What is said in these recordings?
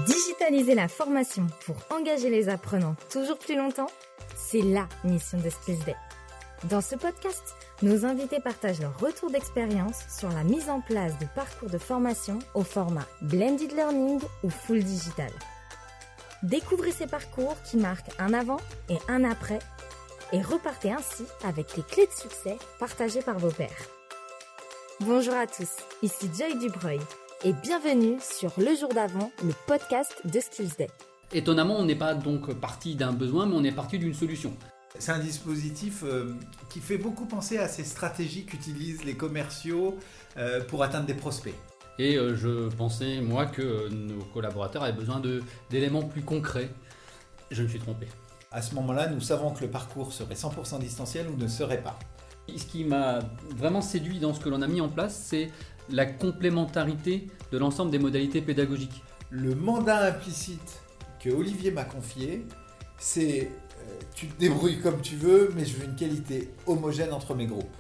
Digitaliser la formation pour engager les apprenants toujours plus longtemps, c'est la mission de Skills Day. Dans ce podcast, nos invités partagent leur retour d'expérience sur la mise en place de parcours de formation au format Blended Learning ou Full Digital. Découvrez ces parcours qui marquent un avant et un après et repartez ainsi avec les clés de succès partagées par vos pairs. Bonjour à tous, ici Joy Dubreuil et bienvenue sur Le Jour d'Avant, le podcast de Skills Day. Étonnamment, on n'est pas donc parti d'un besoin, mais on est parti d'une solution. C'est un dispositif qui fait beaucoup penser à ces stratégies qu'utilisent les commerciaux pour atteindre des prospects. Et je pensais, moi, que nos collaborateurs avaient besoin d'éléments plus concrets. Je me suis trompé. À ce moment-là, nous savons que le parcours serait 100% distanciel ou ne serait pas. Ce qui m'a vraiment séduit dans ce que l'on a mis en place, c'est la complémentarité de l'ensemble des modalités pédagogiques. Le mandat implicite que Olivier m'a confié, c'est tu te débrouilles comme tu veux, mais je veux une qualité homogène entre mes groupes.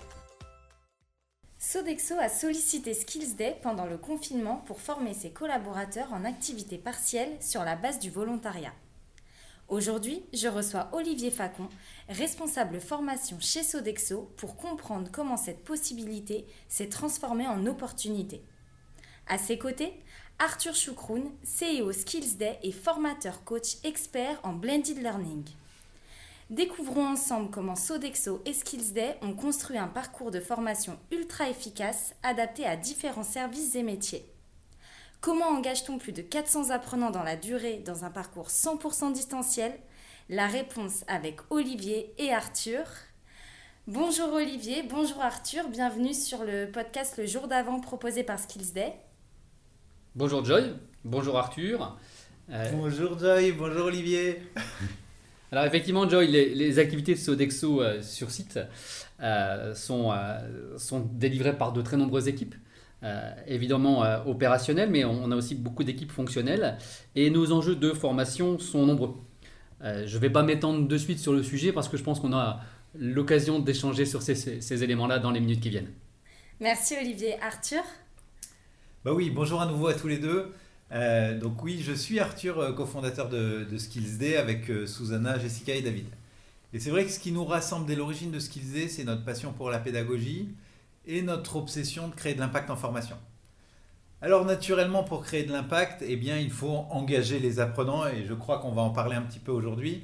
Sodexo a sollicité Skills Day pendant le confinement pour former ses collaborateurs en activité partielle sur la base du volontariat. Aujourd'hui, je reçois Olivier Facon, responsable formation chez Sodexo, pour comprendre comment cette possibilité s'est transformée en opportunité. À ses côtés, Arthur Choukroun, CEO Skills Day et formateur coach expert en Blended Learning. Découvrons ensemble comment Sodexo et Skills Day ont construit un parcours de formation ultra efficace, adapté à différents services et métiers. Comment engage-t-on plus de 400 apprenants dans la durée dans un parcours 100% distanciel ? La réponse avec Olivier et Arthur. Bonjour Olivier, bonjour Arthur, bienvenue sur le podcast Le Jour d'Avant proposé par Skills Day. Bonjour Joy, bonjour Arthur. Bonjour Joy, bonjour Olivier. Alors effectivement Joy, les activités de Sodexo sur site sont délivrées par de très nombreuses équipes. Évidemment opérationnelles, mais on a aussi beaucoup d'équipes fonctionnelles et nos enjeux de formation sont nombreux. Je ne vais pas m'étendre de suite sur le sujet parce que je pense qu'on a l'occasion d'échanger sur ces éléments-là dans les minutes qui viennent. Merci Olivier. Arthur ? Bah oui, bonjour à nouveau à tous les deux. Donc oui, je suis Arthur, cofondateur de Skills Day avec Susanna, Jessica et David. Et c'est vrai que ce qui nous rassemble dès l'origine de Skills Day, c'est notre passion pour la pédagogie et notre obsession de créer de l'impact en formation. Alors naturellement, pour créer de l'impact, eh bien, il faut engager les apprenants et je crois qu'on va en parler un petit peu aujourd'hui.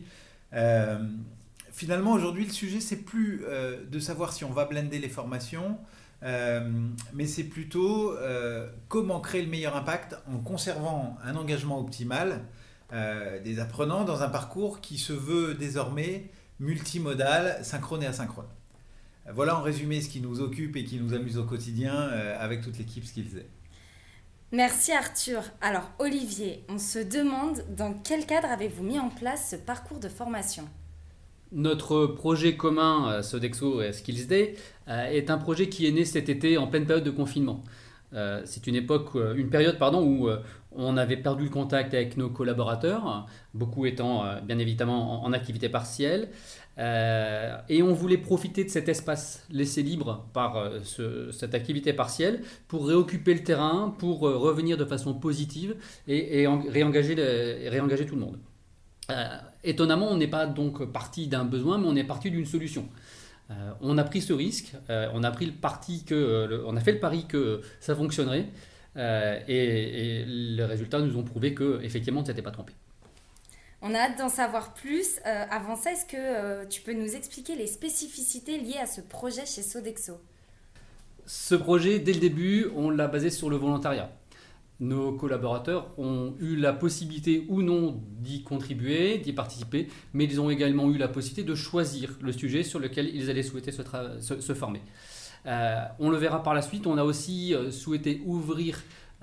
Finalement, aujourd'hui, le sujet, c'est plus de savoir si on va blender les formations, mais c'est plutôt comment créer le meilleur impact en conservant un engagement optimal des apprenants dans un parcours qui se veut désormais multimodal, synchrone et asynchrone. Voilà en résumé ce qui nous occupe et qui nous amuse au quotidien avec toute l'équipe Skills Day. Merci Arthur. Alors Olivier, on se demande dans quel cadre avez-vous mis en place ce parcours de formation ? Notre projet commun Sodexo et Skills Day est un projet qui est né cet été en pleine période de confinement. C'est une période où on avait perdu le contact avec nos collaborateurs, beaucoup étant bien évidemment en activité partielle. Et on voulait profiter de cet espace laissé libre par cette activité partielle pour réoccuper le terrain, pour revenir de façon positive et réengager tout le monde. Étonnamment, on n'est pas donc parti d'un besoin, mais on est parti d'une solution. On a pris ce risque, on a fait le pari que ça fonctionnerait et les résultats nous ont prouvé qu'effectivement, on ne s'était pas trompé. On a hâte d'en savoir plus. Avant ça, est-ce que tu peux nous expliquer les spécificités liées à ce projet chez Sodexo ? Ce projet, dès le début, on l'a basé sur le volontariat. Nos collaborateurs ont eu la possibilité ou non d'y contribuer, d'y participer, mais ils ont également eu la possibilité de choisir le sujet sur lequel ils allaient souhaiter se former. On le verra par la suite. On a aussi souhaité ouvrir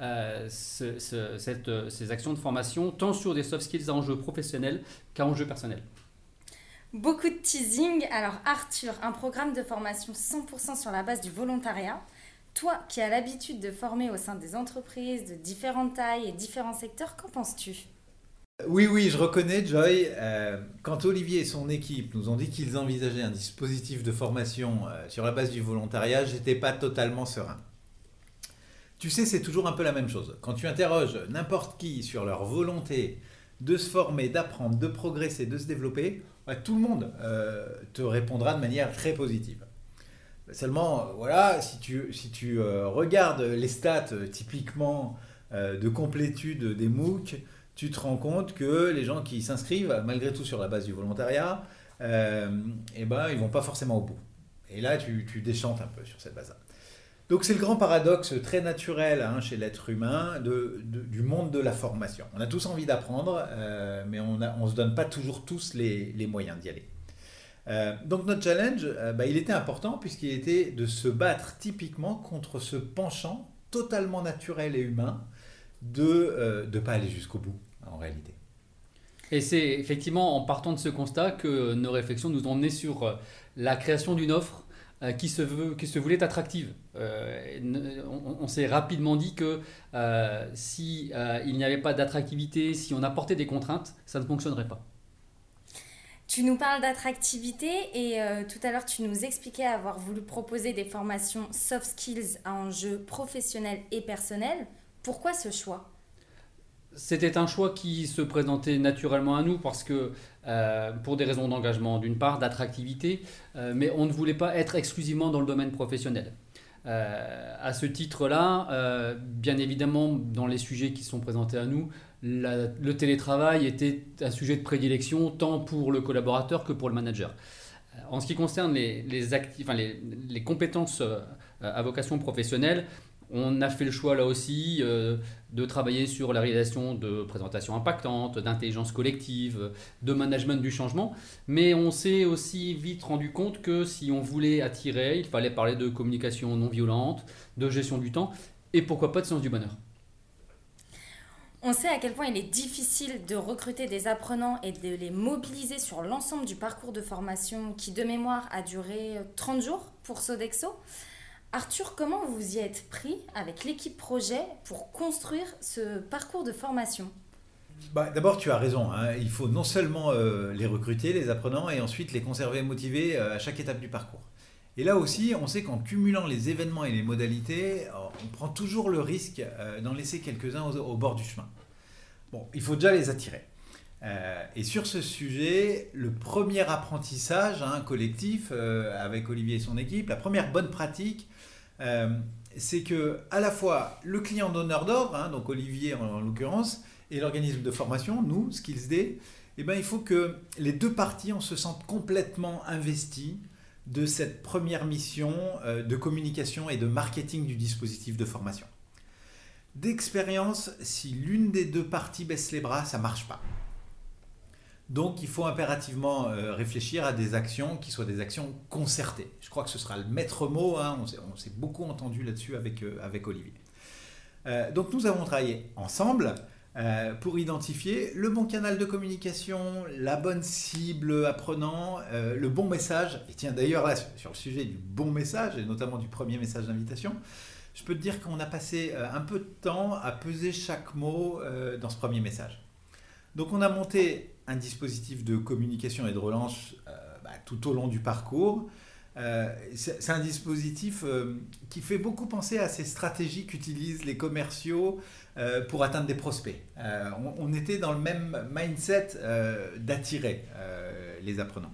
ces actions de formation tant sur des soft skills à enjeux professionnels qu'à enjeux personnels. Beaucoup de teasing. Alors Arthur, un programme de formation 100% sur la base du volontariat. Toi qui as l'habitude de former au sein des entreprises de différentes tailles et différents secteurs, qu'en penses-tu ? Oui, je reconnais Joy. Quand Olivier et son équipe nous ont dit qu'ils envisageaient un dispositif de formation sur la base du volontariat, j'étais pas totalement serein. Tu sais, c'est toujours un peu la même chose. Quand tu interroges n'importe qui sur leur volonté de se former, d'apprendre, de progresser, de se développer, tout le monde te répondra de manière très positive. Seulement, voilà, si tu regardes les stats typiquement de complétude des MOOC, tu te rends compte que les gens qui s'inscrivent, malgré tout sur la base du volontariat, eh ben, ils ne vont pas forcément au bout. Et là, tu déchantes un peu sur cette base-là. Donc c'est le grand paradoxe très naturel chez l'être humain du monde de la formation. On a tous envie d'apprendre, mais on ne se donne pas toujours tous les moyens d'y aller. Donc notre challenge, il était important puisqu'il était de se battre typiquement contre ce penchant totalement naturel et humain de ne pas aller jusqu'au bout en réalité. Et c'est effectivement en partant de ce constat que nos réflexions nous ont emmenés sur la création d'une offre qui se voulait attractive. On s'est rapidement dit que si il n'y avait pas d'attractivité, si on apportait des contraintes, ça ne fonctionnerait pas. Tu nous parles d'attractivité et tout à l'heure tu nous expliquais avoir voulu proposer des formations soft skills à enjeux professionnels et personnels. Pourquoi ce choix ? C'était un choix qui se présentait naturellement à nous parce que pour des raisons d'engagement d'une part, d'attractivité, mais on ne voulait pas être exclusivement dans le domaine professionnel. À ce titre-là, bien évidemment, dans les sujets qui sont présentés à nous, le télétravail était un sujet de prédilection tant pour le collaborateur que pour le manager. En ce qui concerne les compétences à vocation professionnelle, on a fait le choix là aussi de travailler sur la réalisation de présentations impactantes, d'intelligence collective, de management du changement. Mais on s'est aussi vite rendu compte que si on voulait attirer, il fallait parler de communication non violente, de gestion du temps et pourquoi pas de science du bonheur. On sait à quel point il est difficile de recruter des apprenants et de les mobiliser sur l'ensemble du parcours de formation qui, de mémoire, a duré 30 jours pour Sodexo. Arthur, comment vous y êtes pris avec l'équipe projet pour construire ce parcours de formation ? D'abord, tu as raison. Il faut non seulement les recruter, les apprenants, et ensuite les conserver motivés à chaque étape du parcours. Et là aussi, on sait qu'en cumulant les événements et les modalités, on prend toujours le risque d'en laisser quelques-uns au bord du chemin. Bon, il faut déjà les attirer. Et sur ce sujet, le premier apprentissage collectif avec Olivier et son équipe, la première bonne pratique, c'est que à la fois le client donneur d'ordre, donc Olivier en l'occurrence, et l'organisme de formation, nous, SkillsD, il faut que les deux parties se sentent complètement investies de cette première mission de communication et de marketing du dispositif de formation. D'expérience, si l'une des deux parties baisse les bras, ça ne marche pas. Donc il faut impérativement réfléchir à des actions qui soient des actions concertées. Je crois que ce sera le maître mot, on s'est beaucoup entendu là-dessus avec Olivier. Donc nous avons travaillé ensemble pour identifier le bon canal de communication, la bonne cible apprenant, le bon message. Et tiens, d'ailleurs, là, sur le sujet du bon message, et notamment du premier message d'invitation, je peux te dire qu'on a passé un peu de temps à peser chaque mot dans ce premier message. Donc on a monté un dispositif de communication et de relance tout au long du parcours. C'est un dispositif qui fait beaucoup penser à ces stratégies qu'utilisent les commerciaux pour atteindre des prospects. On était dans le même mindset d'attirer les apprenants.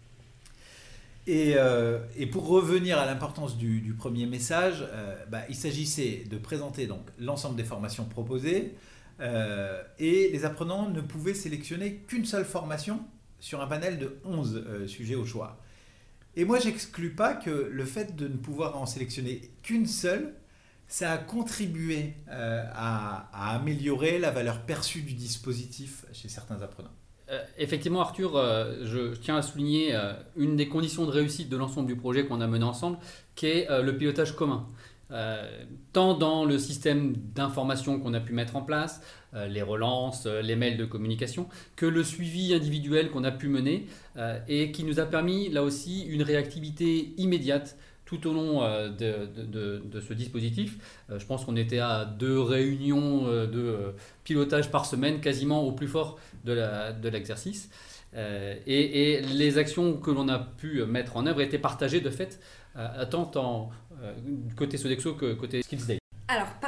Et pour revenir à l'importance du premier message, il s'agissait de présenter donc l'ensemble des formations proposées et les apprenants ne pouvaient sélectionner qu'une seule formation sur un panel de 11 sujets au choix. Et moi, j'exclus pas que le fait de ne pouvoir en sélectionner qu'une seule, ça a contribué à améliorer la valeur perçue du dispositif chez certains apprenants. Effectivement, Arthur, je tiens à souligner une des conditions de réussite de l'ensemble du projet qu'on a mené ensemble, qui est le pilotage commun. Tant dans le système d'information qu'on a pu mettre en place, les relances, les mails de communication, que le suivi individuel qu'on a pu mener et qui nous a permis là aussi une réactivité immédiate tout au long de ce dispositif. Je pense qu'on était à 2 réunions de pilotage par semaine, quasiment au plus fort de l'exercice. Et les actions que l'on a pu mettre en œuvre étaient partagées de fait, tant côté Sodexo que côté SkillsD. Alors, parmi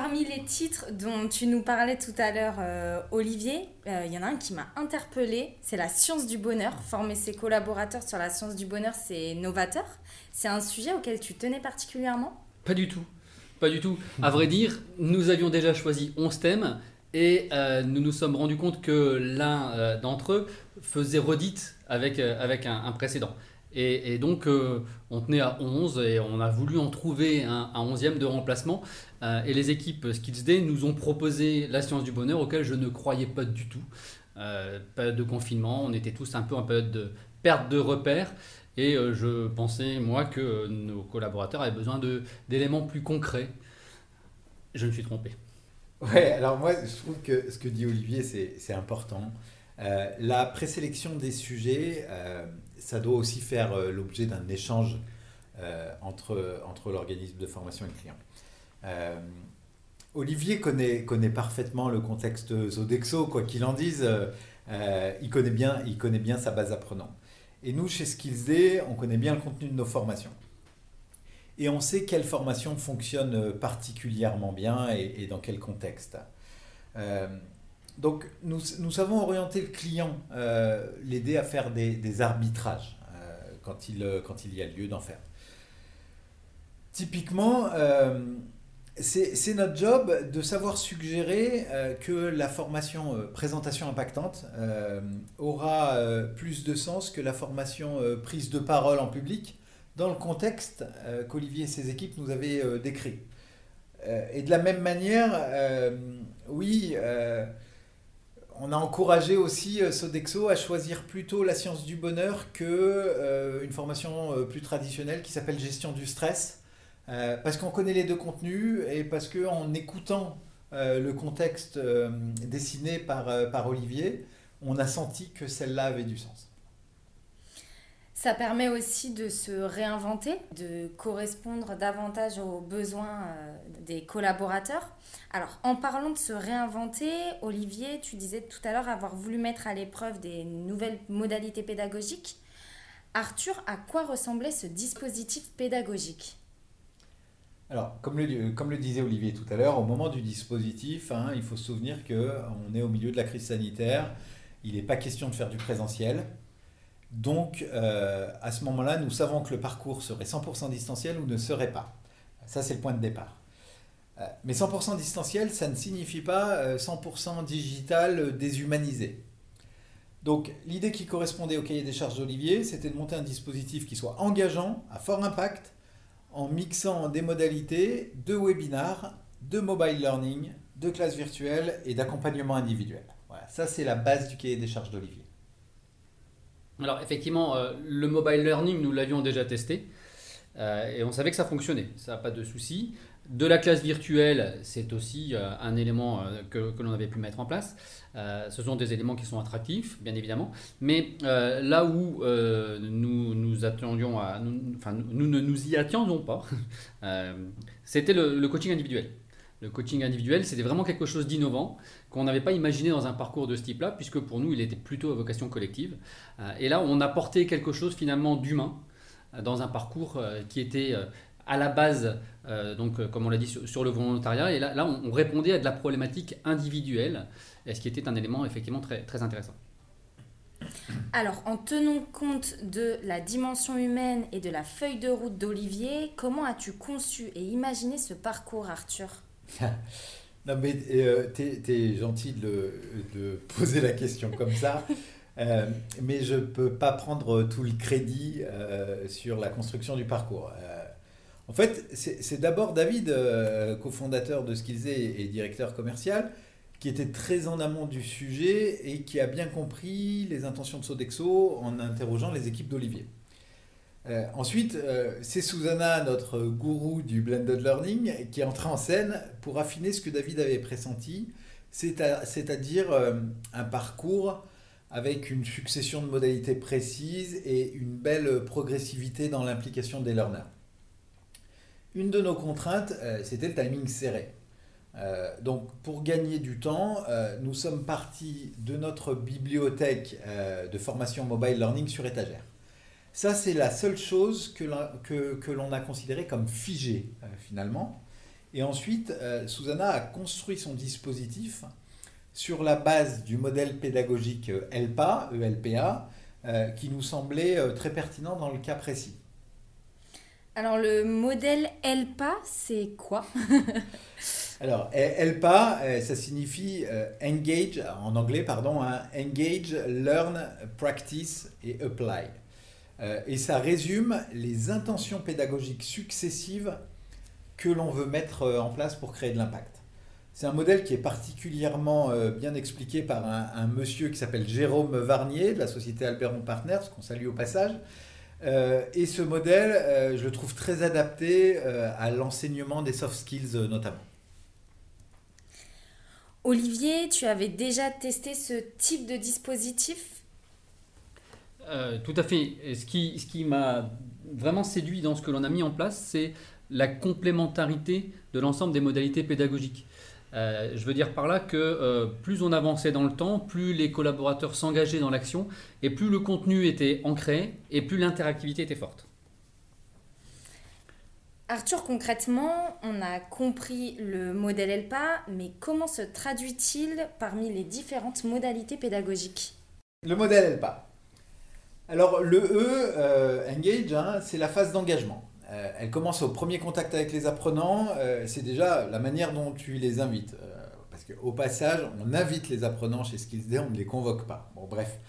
Parmi les titres dont tu nous parlais tout à l'heure, Olivier, il y en a un qui m'a interpellée, c'est la science du bonheur. Former ses collaborateurs sur la science du bonheur, c'est novateur. C'est un sujet auquel tu tenais particulièrement? Pas du tout. Pas du tout. À vrai dire, nous avions déjà choisi 11 thèmes et nous nous sommes rendus compte que l'un d'entre eux faisait redite avec un précédent. Et donc, on tenait à 11 et on a voulu en trouver un 11e de remplacement. Et les équipes SkillsD nous ont proposé la science du bonheur auquel je ne croyais pas du tout. Période de confinement, on était tous un peu en période de perte de repères. Et je pensais, moi, que nos collaborateurs avaient besoin d'éléments plus concrets. Je me suis trompé. Ouais, alors moi, je trouve que ce que dit Olivier, c'est important. La présélection des sujets, ça doit aussi faire l'objet d'un échange entre l'organisme de formation et le client. Olivier connaît parfaitement le contexte Sodexo, quoi qu'il en dise. Il connaît bien sa base apprenant. Et nous, chez SkillsD, on connaît bien le contenu de nos formations. Et on sait quelle formation fonctionne particulièrement bien et dans quel contexte. Donc, nous savons orienter le client, l'aider à faire des arbitrages quand il y a lieu d'en faire. Typiquement, c'est notre job de savoir suggérer que la formation présentation impactante aura plus de sens que la formation prise de parole en public dans le contexte qu'Olivier et ses équipes nous avaient décrit. Et de la même manière, on a encouragé aussi Sodexo à choisir plutôt la science du bonheur qu'une formation plus traditionnelle qui s'appelle gestion du stress. Parce qu'on connaît les deux contenus et parce qu'en écoutant le contexte dessiné par Olivier, on a senti que celle-là avait du sens. Ça permet aussi de se réinventer, de correspondre davantage aux besoins des collaborateurs. Alors, en parlant de se réinventer, Olivier, tu disais tout à l'heure avoir voulu mettre à l'épreuve des nouvelles modalités pédagogiques. Arthur, à quoi ressemblait ce dispositif pédagogique ? Alors, comme le disait Olivier tout à l'heure, au moment du dispositif, il faut se souvenir qu'on est au milieu de la crise sanitaire. Il n'est pas question de faire du présentiel. Donc, à ce moment-là, nous savons que le parcours serait 100% distanciel ou ne serait pas. Ça, c'est le point de départ. Mais 100% distanciel, ça ne signifie pas 100% digital déshumanisé. Donc, l'idée qui correspondait au cahier des charges d'Olivier, c'était de monter un dispositif qui soit engageant, à fort impact, en mixant des modalités de webinaire, de mobile learning, de classes virtuelles et d'accompagnement individuel. Voilà, ça, c'est la base du cahier des charges d'Olivier. Alors effectivement, le mobile learning, nous l'avions déjà testé et on savait que ça fonctionnait, ça n'a pas de souci. De la classe virtuelle, c'est aussi un élément que l'on avait pu mettre en place. Ce sont des éléments qui sont attractifs, bien évidemment. Mais là où nous ne nous y attendions pas, c'était le coaching individuel. Le coaching individuel, c'était vraiment quelque chose d'innovant qu'on n'avait pas imaginé dans un parcours de ce type-là, puisque pour nous, il était plutôt à vocation collective. Et là, on apportait quelque chose finalement d'humain dans un parcours qui était à la base, donc comme on l'a dit, sur le volontariat. Et là, on répondait à de la problématique individuelle, et ce qui était un élément effectivement très, très intéressant. Alors, en tenant compte de la dimension humaine et de la feuille de route d'Olivier, comment as-tu conçu et imaginé ce parcours, Arthur ? Non, mais t'es gentil de poser la question comme ça, mais je ne peux pas prendre tout le crédit sur la construction du parcours. En fait, c'est d'abord David, cofondateur de SkillsD et directeur commercial, qui était très en amont du sujet et qui a bien compris les intentions de Sodexo en interrogeant les équipes d'Olivier. Ensuite, c'est Susanna, notre gourou du blended learning, qui est entrée en scène pour affiner ce que David avait pressenti, c'est-à-dire un parcours avec une succession de modalités précises et une belle progressivité dans l'implication des learners. Une de nos contraintes, c'était le timing serré. Donc, pour gagner du temps, nous sommes partis de notre bibliothèque de formation mobile learning sur étagère. Ça, c'est la seule chose que l'on a considérée comme figée, finalement. Et ensuite, Susanna a construit son dispositif sur la base du modèle pédagogique ELPA, ELPA, qui nous semblait très pertinent dans le cas précis. Alors le modèle ELPA, c'est quoi? Alors, ELPA, ça signifie engage, en anglais, pardon, hein, engage, learn, practice et apply. Et ça résume les intentions pédagogiques successives que l'on veut mettre en place pour créer de l'impact. C'est un modèle qui est particulièrement bien expliqué par un monsieur qui s'appelle Jérôme Varnier de la société Alberon Partners, qu'on salue au passage. Et ce modèle, je le trouve très adapté à l'enseignement des soft skills notamment. Olivier, tu avais déjà testé ce type de dispositif? Tout à fait. Et ce qui m'a vraiment séduit dans ce que l'on a mis en place, c'est la complémentarité de l'ensemble des modalités pédagogiques. Je veux dire par là que plus on avançait dans le temps, plus les collaborateurs s'engageaient dans l'action et plus le contenu était ancré et plus l'interactivité était forte. Arthur, concrètement, on a compris le modèle ELPA, mais comment se traduit-il parmi les différentes modalités pédagogiques? Le modèle ELPA. Alors le engage, hein, c'est la phase d'engagement. Elle commence au premier contact avec les apprenants, c'est déjà la manière dont tu les invites. Parce qu'au passage, on invite les apprenants chez SkillsD, on ne les convoque pas. Bon, bref.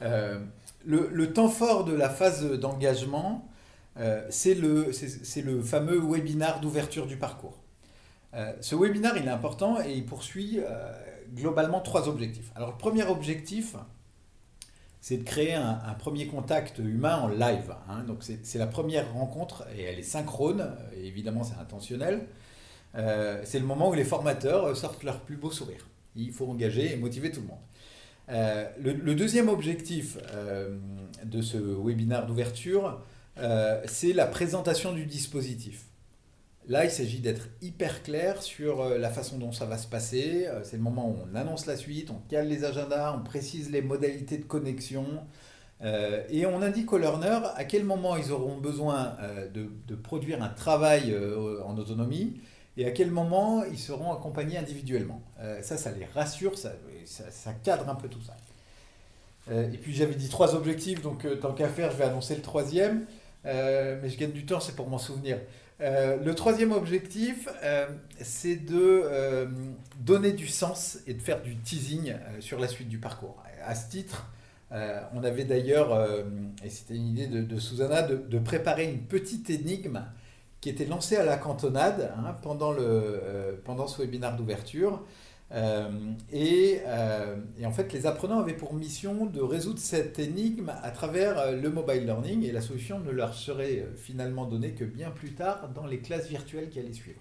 Le temps fort de la phase d'engagement, c'est le fameux webinar d'ouverture du parcours. Ce webinar, il est important et il poursuit globalement 3 objectifs. Alors le premier objectif, c'est de créer un premier contact humain en live. Hein. Donc c'est la première rencontre et elle est synchrone, et évidemment c'est intentionnel. C'est le moment où les formateurs sortent leur plus beau sourire. Il faut engager et motiver tout le monde. Le deuxième objectif de ce webinaire d'ouverture, c'est la présentation du dispositif. Là, il s'agit d'être hyper clair sur la façon dont ça va se passer. C'est le moment où on annonce la suite, on cale les agendas, on précise les modalités de connexion et on indique aux learners à quel moment ils auront besoin de produire un travail en autonomie et à quel moment ils seront accompagnés individuellement. Ça les rassure, ça cadre un peu tout ça. Et puis j'avais dit 3 objectifs, donc tant qu'à faire, je vais annoncer le 3e. Mais je gagne du temps, c'est pour m'en souvenir. Le 3e objectif, c'est de donner du sens et de faire du teasing sur la suite du parcours. À ce titre, on avait d'ailleurs, et c'était une idée de Susanna, de préparer une petite énigme qui était lancée à la cantonade hein, pendant ce webinaire d'ouverture. Et en fait, les apprenants avaient pour mission de résoudre cette énigme à travers le mobile learning et la solution ne leur serait finalement donnée que bien plus tard dans les classes virtuelles qui allaient suivre.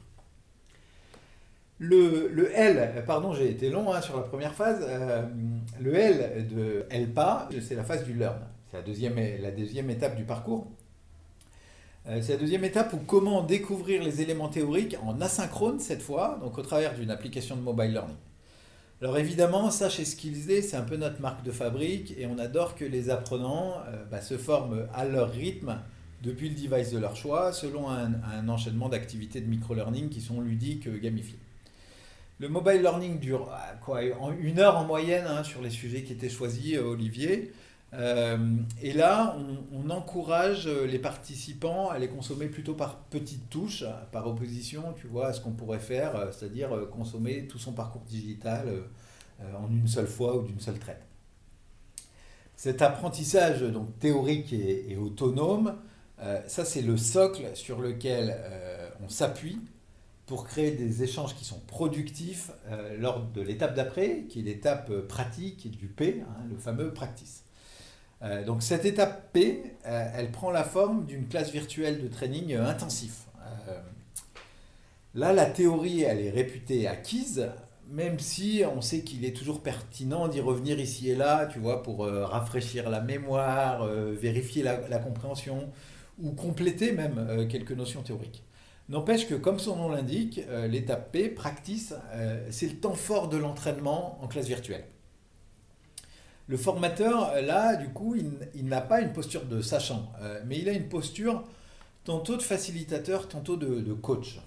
Le L, pardon, j'ai été long hein, sur la première phase. Le L de ELPA, c'est la phase du learn. C'est la deuxième étape du parcours. C'est la deuxième étape où comment découvrir les éléments théoriques en asynchrone cette fois, donc au travers d'une application de mobile learning. Alors évidemment, ça chez SkillsD, c'est un peu notre marque de fabrique et on adore que les apprenants se forment à leur rythme depuis le device de leur choix, selon un enchaînement d'activités de micro-learning qui sont ludiques, gamifiées. Le mobile learning dure en 1 heure en moyenne hein, sur les sujets qui étaient choisis, Olivier. Et là, on encourage les participants à les consommer plutôt par petites touches, par opposition, tu vois, à ce qu'on pourrait faire, c'est-à-dire consommer tout son parcours digital en une seule fois ou d'une seule traite. Cet apprentissage donc, théorique et autonome, ça c'est le socle sur lequel on s'appuie pour créer des échanges qui sont productifs lors de l'étape d'après, qui est l'étape pratique du P, hein, le fameux practice. Donc cette étape P, elle prend la forme d'une classe virtuelle de training intensif. Là, la théorie, elle est réputée acquise, même si on sait qu'il est toujours pertinent d'y revenir ici et là, tu vois, pour rafraîchir la mémoire, vérifier la compréhension, ou compléter même quelques notions théoriques. N'empêche que, comme son nom l'indique, l'étape P, practice, c'est le temps fort de l'entraînement en classe virtuelle. Le formateur, là, du coup, il n'a pas une posture de sachant, mais il a une posture tantôt de facilitateur, tantôt de coach.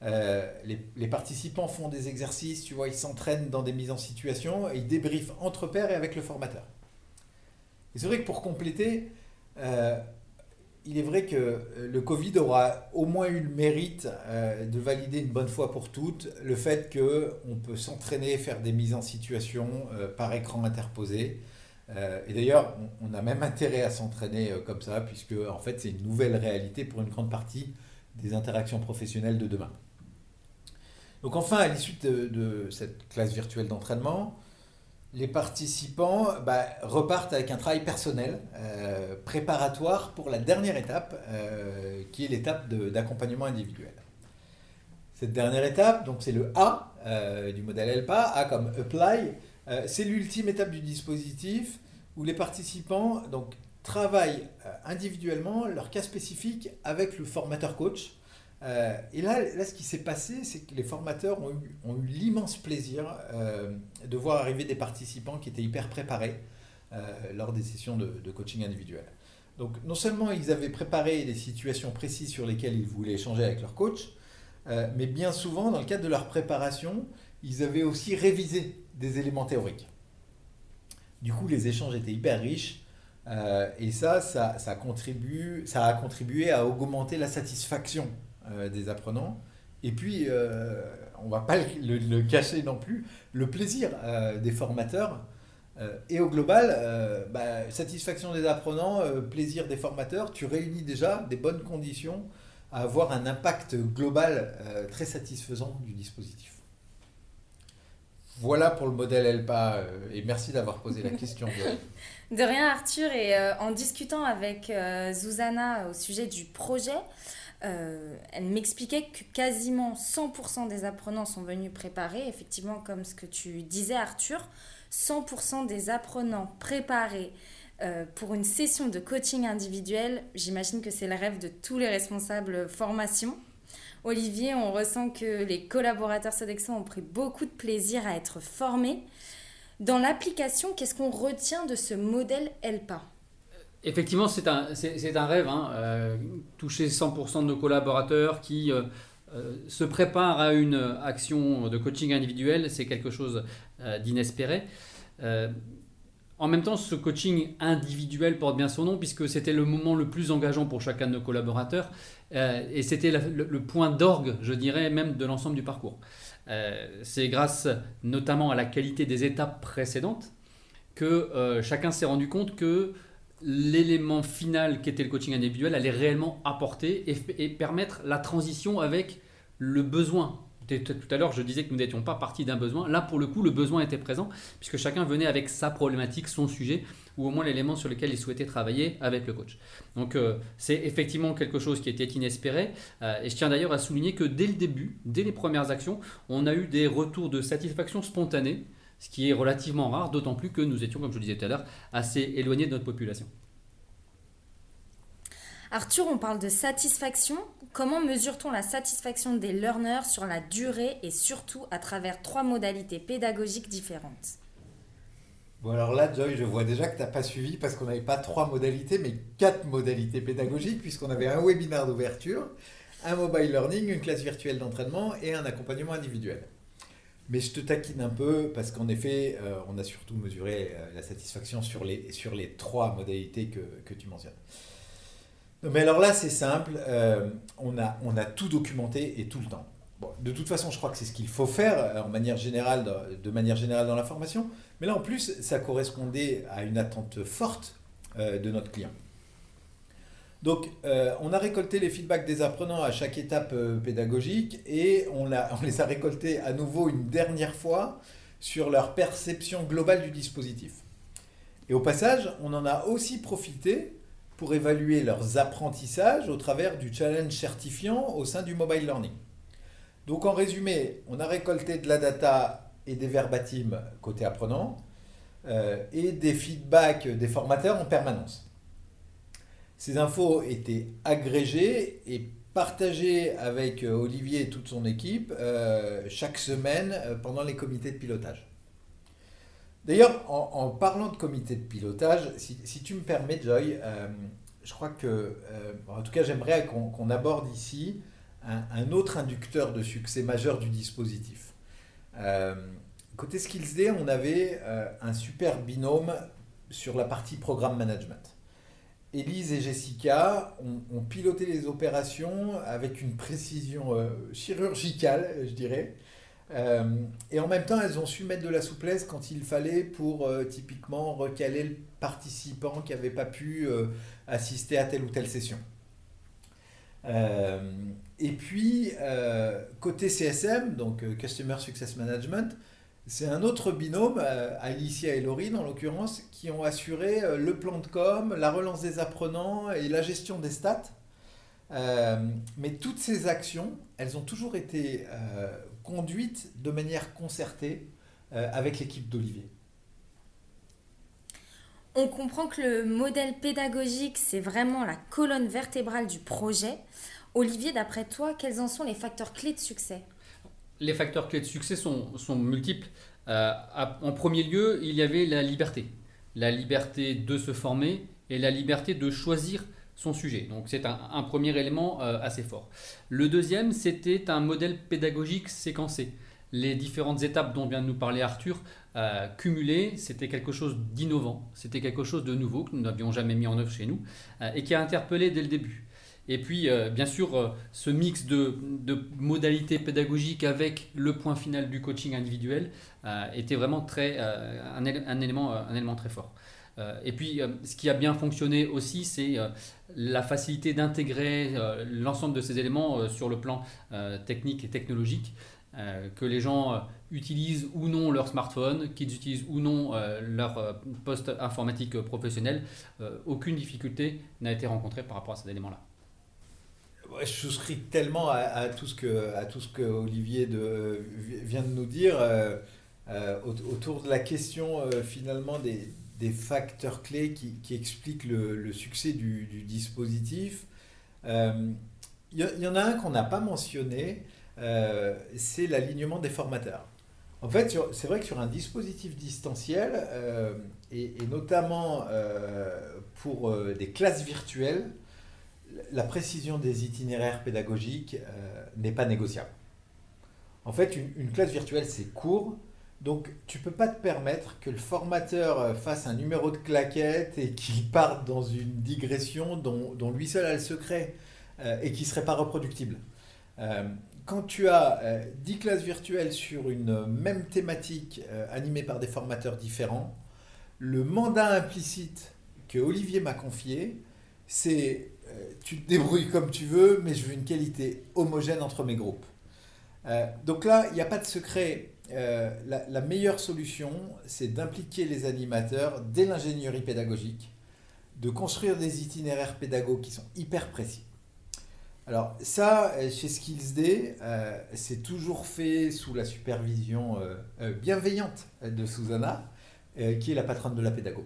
Les participants font des exercices, tu vois, ils s'entraînent dans des mises en situation et ils débriefent entre pairs et avec le formateur. Et c'est vrai que pour compléter, il est vrai que le Covid aura au moins eu le mérite de valider une bonne fois pour toutes le fait qu'on peut s'entraîner, faire des mises en situation par écran interposé. Et d'ailleurs, on a même intérêt à s'entraîner comme ça, puisque en fait, c'est une nouvelle réalité pour une grande partie des interactions professionnelles de demain. Donc enfin, à l'issue de cette classe virtuelle d'entraînement, les participants repartent avec un travail personnel préparatoire pour la dernière étape, qui est l'étape d'accompagnement individuel. Cette dernière étape, donc c'est le A du modèle ELPA, A comme Apply, c'est l'ultime étape du dispositif où les participants donc, travaillent individuellement leur cas spécifique avec le formateur coach. Et là, ce qui s'est passé, c'est que les formateurs ont eu l'immense plaisir de voir arriver des participants qui étaient hyper préparés lors des sessions de coaching individuel. Donc non seulement ils avaient préparé des situations précises sur lesquelles ils voulaient échanger avec leur coach, mais bien souvent, dans le cadre de leur préparation, ils avaient aussi révisé des éléments théoriques. Du coup, les échanges étaient hyper riches et ça a contribué à augmenter la satisfaction des apprenants. Et puis, on ne va pas le cacher non plus, le plaisir des formateurs. Et au global, satisfaction des apprenants, plaisir des formateurs, tu réunis déjà des bonnes conditions à avoir un impact global très satisfaisant du dispositif. Voilà pour le modèle ELPA et merci d'avoir posé la question. De rien Arthur, et en discutant avec Zuzana au sujet du projet, elle m'expliquait que quasiment 100% des apprenants sont venus préparés, effectivement comme ce que tu disais Arthur, 100% des apprenants préparés pour une session de coaching individuel. J'imagine que c'est le rêve de tous les responsables formation. Olivier, on ressent que les collaborateurs Sodexo ont pris beaucoup de plaisir à être formés. Dans l'application, qu'est-ce qu'on retient de ce modèle ELPA ? Effectivement, c'est un rêve, toucher 100% de nos collaborateurs qui se préparent à une action de coaching individuel, c'est quelque chose d'inespéré. En même temps, ce coaching individuel porte bien son nom puisque c'était le moment le plus engageant pour chacun de nos collaborateurs et c'était le point d'orgue, je dirais, même de l'ensemble du parcours. C'est grâce notamment à la qualité des étapes précédentes que chacun s'est rendu compte que l'élément final qui était le coaching individuel allait réellement apporter et permettre la transition avec le besoin. Tout à l'heure, je disais que nous n'étions pas partis d'un besoin. Là, pour le coup, le besoin était présent puisque chacun venait avec sa problématique, son sujet ou au moins l'élément sur lequel il souhaitait travailler avec le coach. Donc, c'est effectivement quelque chose qui était inespéré. Et je tiens d'ailleurs à souligner que dès le début, dès les premières actions, on a eu des retours de satisfaction spontanée, ce qui est relativement rare, d'autant plus que nous étions, comme je le disais tout à l'heure, assez éloignés de notre population. Arthur, on parle de satisfaction. Comment mesure-t-on la satisfaction des learners sur la durée et surtout à travers 3 modalités pédagogiques différentes ? Bon alors là, Joy, je vois déjà que tu n'as pas suivi parce qu'on n'avait pas 3 modalités, mais 4 modalités pédagogiques puisqu'on avait un webinaire d'ouverture, un mobile learning, une classe virtuelle d'entraînement et un accompagnement individuel. Mais je te taquine un peu parce qu'en effet, on a surtout mesuré la satisfaction sur les 3 modalités que tu mentionnes. Mais alors là, c'est simple, on a tout documenté et tout le temps. Bon, de toute façon, je crois que c'est ce qu'il faut faire de manière générale dans la formation. Mais là, en plus, ça correspondait à une attente forte de notre client. Donc, on a récolté les feedbacks des apprenants à chaque étape pédagogique et on les a récoltés à nouveau une dernière fois sur leur perception globale du dispositif. Et au passage, on en a aussi profité pour évaluer leurs apprentissages au travers du challenge certifiant au sein du mobile learning. Donc en résumé, on a récolté de la data et des verbatims côté apprenant et des feedbacks des formateurs en permanence. Ces infos étaient agrégées et partagées avec Olivier et toute son équipe chaque semaine pendant les comités de pilotage. D'ailleurs, en parlant de comité de pilotage, si tu me permets, Joy, je crois que, en tout cas, j'aimerais qu'on aborde ici un autre inducteur de succès majeur du dispositif. Côté SkillsD, on avait un super binôme sur la partie programme management. Élise et Jessica ont piloté les opérations avec une précision chirurgicale, je dirais. Et en même temps, elles ont su mettre de la souplesse quand il fallait pour typiquement recaler le participant qui n'avait pas pu assister à telle ou telle session. Et puis, côté CSM, donc Customer Success Management, c'est un autre binôme, Alicia et Laurine en l'occurrence, qui ont assuré le plan de com, la relance des apprenants et la gestion des stats. Mais toutes ces actions, elles ont toujours été conduites de manière concertée avec l'équipe d'Olivier. On comprend que le modèle pédagogique, c'est vraiment la colonne vertébrale du projet. Olivier, d'après toi, quels en sont les facteurs clés de succès ? Les facteurs clés de succès sont multiples. En premier lieu, il y avait la liberté. La liberté de se former et la liberté de choisir son sujet. Donc c'est un premier élément assez fort. Le deuxième, c'était un modèle pédagogique séquencé. Les différentes étapes dont vient de nous parler Arthur, cumulées, c'était quelque chose d'innovant, c'était quelque chose de nouveau que nous n'avions jamais mis en œuvre chez nous et qui a interpellé dès le début. Et puis, bien sûr, ce mix de modalités pédagogiques avec le point final du coaching individuel était vraiment un élément très fort. Et puis, ce qui a bien fonctionné aussi, c'est la facilité d'intégrer l'ensemble de ces éléments sur le plan technique et technologique, que les gens utilisent ou non leur smartphone, qu'ils utilisent ou non leur poste informatique professionnel. Aucune difficulté n'a été rencontrée par rapport à ces éléments-là. Je souscris tellement à tout ce que Olivier vient de nous dire autour de la question finalement des facteurs clés qui expliquent le succès du dispositif. Il y en a un qu'on n'a pas mentionné, c'est l'alignement des formateurs. En fait, c'est vrai que sur un dispositif distanciel, et notamment pour des classes virtuelles, la précision des itinéraires pédagogiques n'est pas négociable. En fait, une classe virtuelle, c'est court, donc tu ne peux pas te permettre que le formateur fasse un numéro de claquette et qu'il parte dans une digression dont lui seul a le secret et qui ne serait pas reproductible. Quand tu as 10 classes virtuelles sur une même thématique animée par des formateurs différents, le mandat implicite que Olivier m'a confié, c'est tu te débrouilles comme tu veux, mais je veux une qualité homogène entre mes groupes. Donc là, il n'y a pas de secret. La meilleure solution, c'est d'impliquer les animateurs dès l'ingénierie pédagogique, de construire des itinéraires pédagogiques qui sont hyper précis. Alors ça, chez SkillsD, c'est toujours fait sous la supervision bienveillante de Susanna, qui est la patronne de la pédago.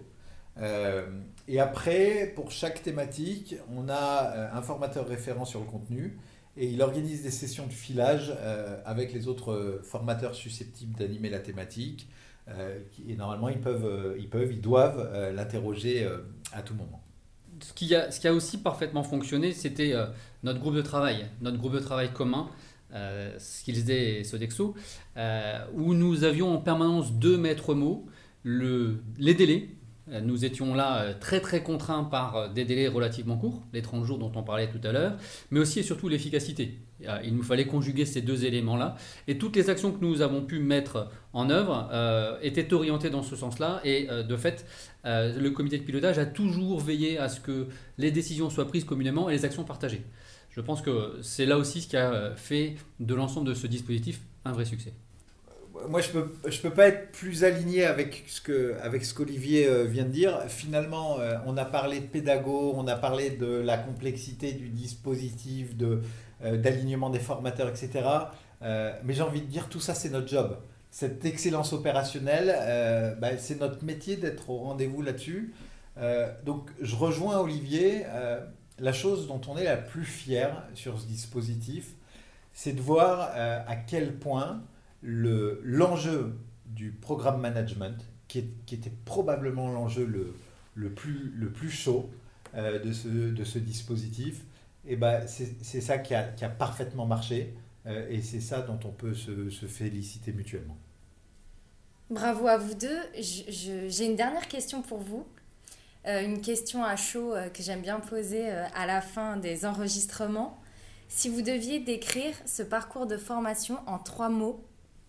Et après, pour chaque thématique, on a un formateur référent sur le contenu et il organise des sessions de filage avec les autres formateurs susceptibles d'animer la thématique. Et normalement, ils doivent l'interroger à tout moment. Ce qui a aussi parfaitement fonctionné, c'était notre groupe de travail commun, SkillsD et Sodexo, où nous avions en permanence deux maîtres mots, les délais. Nous étions là très très contraints par des délais relativement courts, les 30 jours dont on parlait tout à l'heure, mais aussi et surtout l'efficacité. Il nous fallait conjuguer ces deux éléments-là et toutes les actions que nous avons pu mettre en œuvre étaient orientées dans ce sens-là et de fait, le comité de pilotage a toujours veillé à ce que les décisions soient prises communément et les actions partagées. Je pense que c'est là aussi ce qui a fait de l'ensemble de ce dispositif un vrai succès. Moi, je peux pas être plus aligné avec ce qu'Olivier vient de dire. Finalement, on a parlé de pédago, on a parlé de la complexité du dispositif, d'alignement des formateurs, etc. Mais j'ai envie de dire, tout ça, c'est notre job. Cette excellence opérationnelle, c'est notre métier d'être au rendez-vous là-dessus. Donc, je rejoins Olivier. La chose dont on est la plus fier sur ce dispositif, c'est de voir à quel point l'enjeu du programme management, qui était probablement l'enjeu le plus chaud de ce dispositif, Et c'est ça qui a parfaitement marché. Et c'est ça dont on peut se féliciter mutuellement. Bravo à vous deux. J'ai une dernière question pour vous. Une question à chaud que j'aime bien poser à la fin des enregistrements. Si vous deviez décrire ce parcours de formation en 3 mots.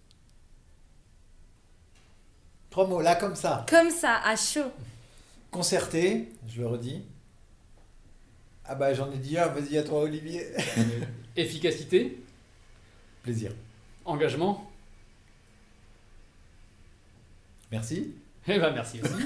3 mots, là, comme ça. Comme ça, à chaud. Concerté, je le redis. Ah bah j'en ai dit un, vas-y à toi Olivier. Efficacité. Plaisir. Engagement. Merci. Eh ben merci aussi.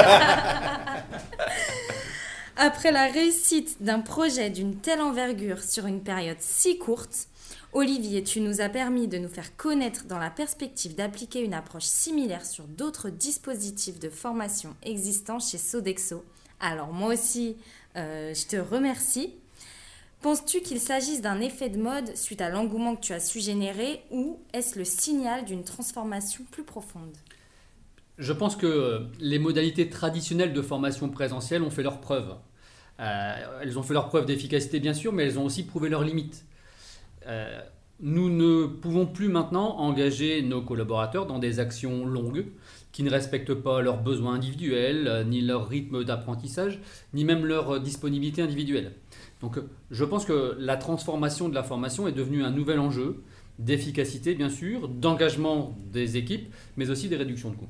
Après la réussite d'un projet d'une telle envergure sur une période si courte, Olivier, tu nous as permis de nous faire connaître dans la perspective d'appliquer une approche similaire sur d'autres dispositifs de formation existants chez Sodexo. Alors moi aussi, je te remercie. Penses-tu qu'il s'agisse d'un effet de mode suite à l'engouement que tu as su générer ou est-ce le signal d'une transformation plus profonde ? Je pense que les modalités traditionnelles de formation présentielle ont fait leurs preuves. Elles ont fait leurs preuves d'efficacité bien sûr, mais elles ont aussi prouvé leurs limites. Nous ne pouvons plus maintenant engager nos collaborateurs dans des actions longues qui ne respectent pas leurs besoins individuels, ni leur rythme d'apprentissage, ni même leur disponibilité individuelle. Donc je pense que la transformation de la formation est devenue un nouvel enjeu d'efficacité bien sûr, d'engagement des équipes, mais aussi des réductions de coûts.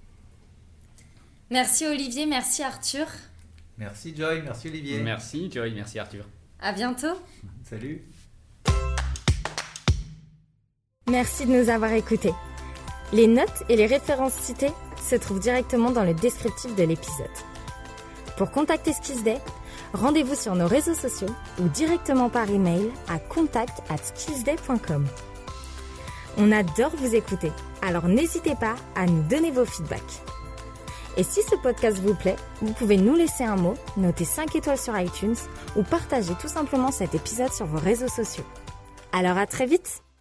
Merci Olivier, merci Arthur. Merci Joy, merci Olivier. Merci Joy, merci Arthur. À bientôt. Salut. Merci de nous avoir écoutés. Les notes et les références citées se trouvent directement dans le descriptif de l'épisode. Pour contacter Skillsday, rendez-vous sur nos réseaux sociaux ou directement par email à contact@skillsday.com. On adore vous écouter, alors n'hésitez pas à nous donner vos feedbacks. Et si ce podcast vous plaît, vous pouvez nous laisser un mot, noter 5 étoiles sur iTunes ou partager tout simplement cet épisode sur vos réseaux sociaux. Alors à très vite!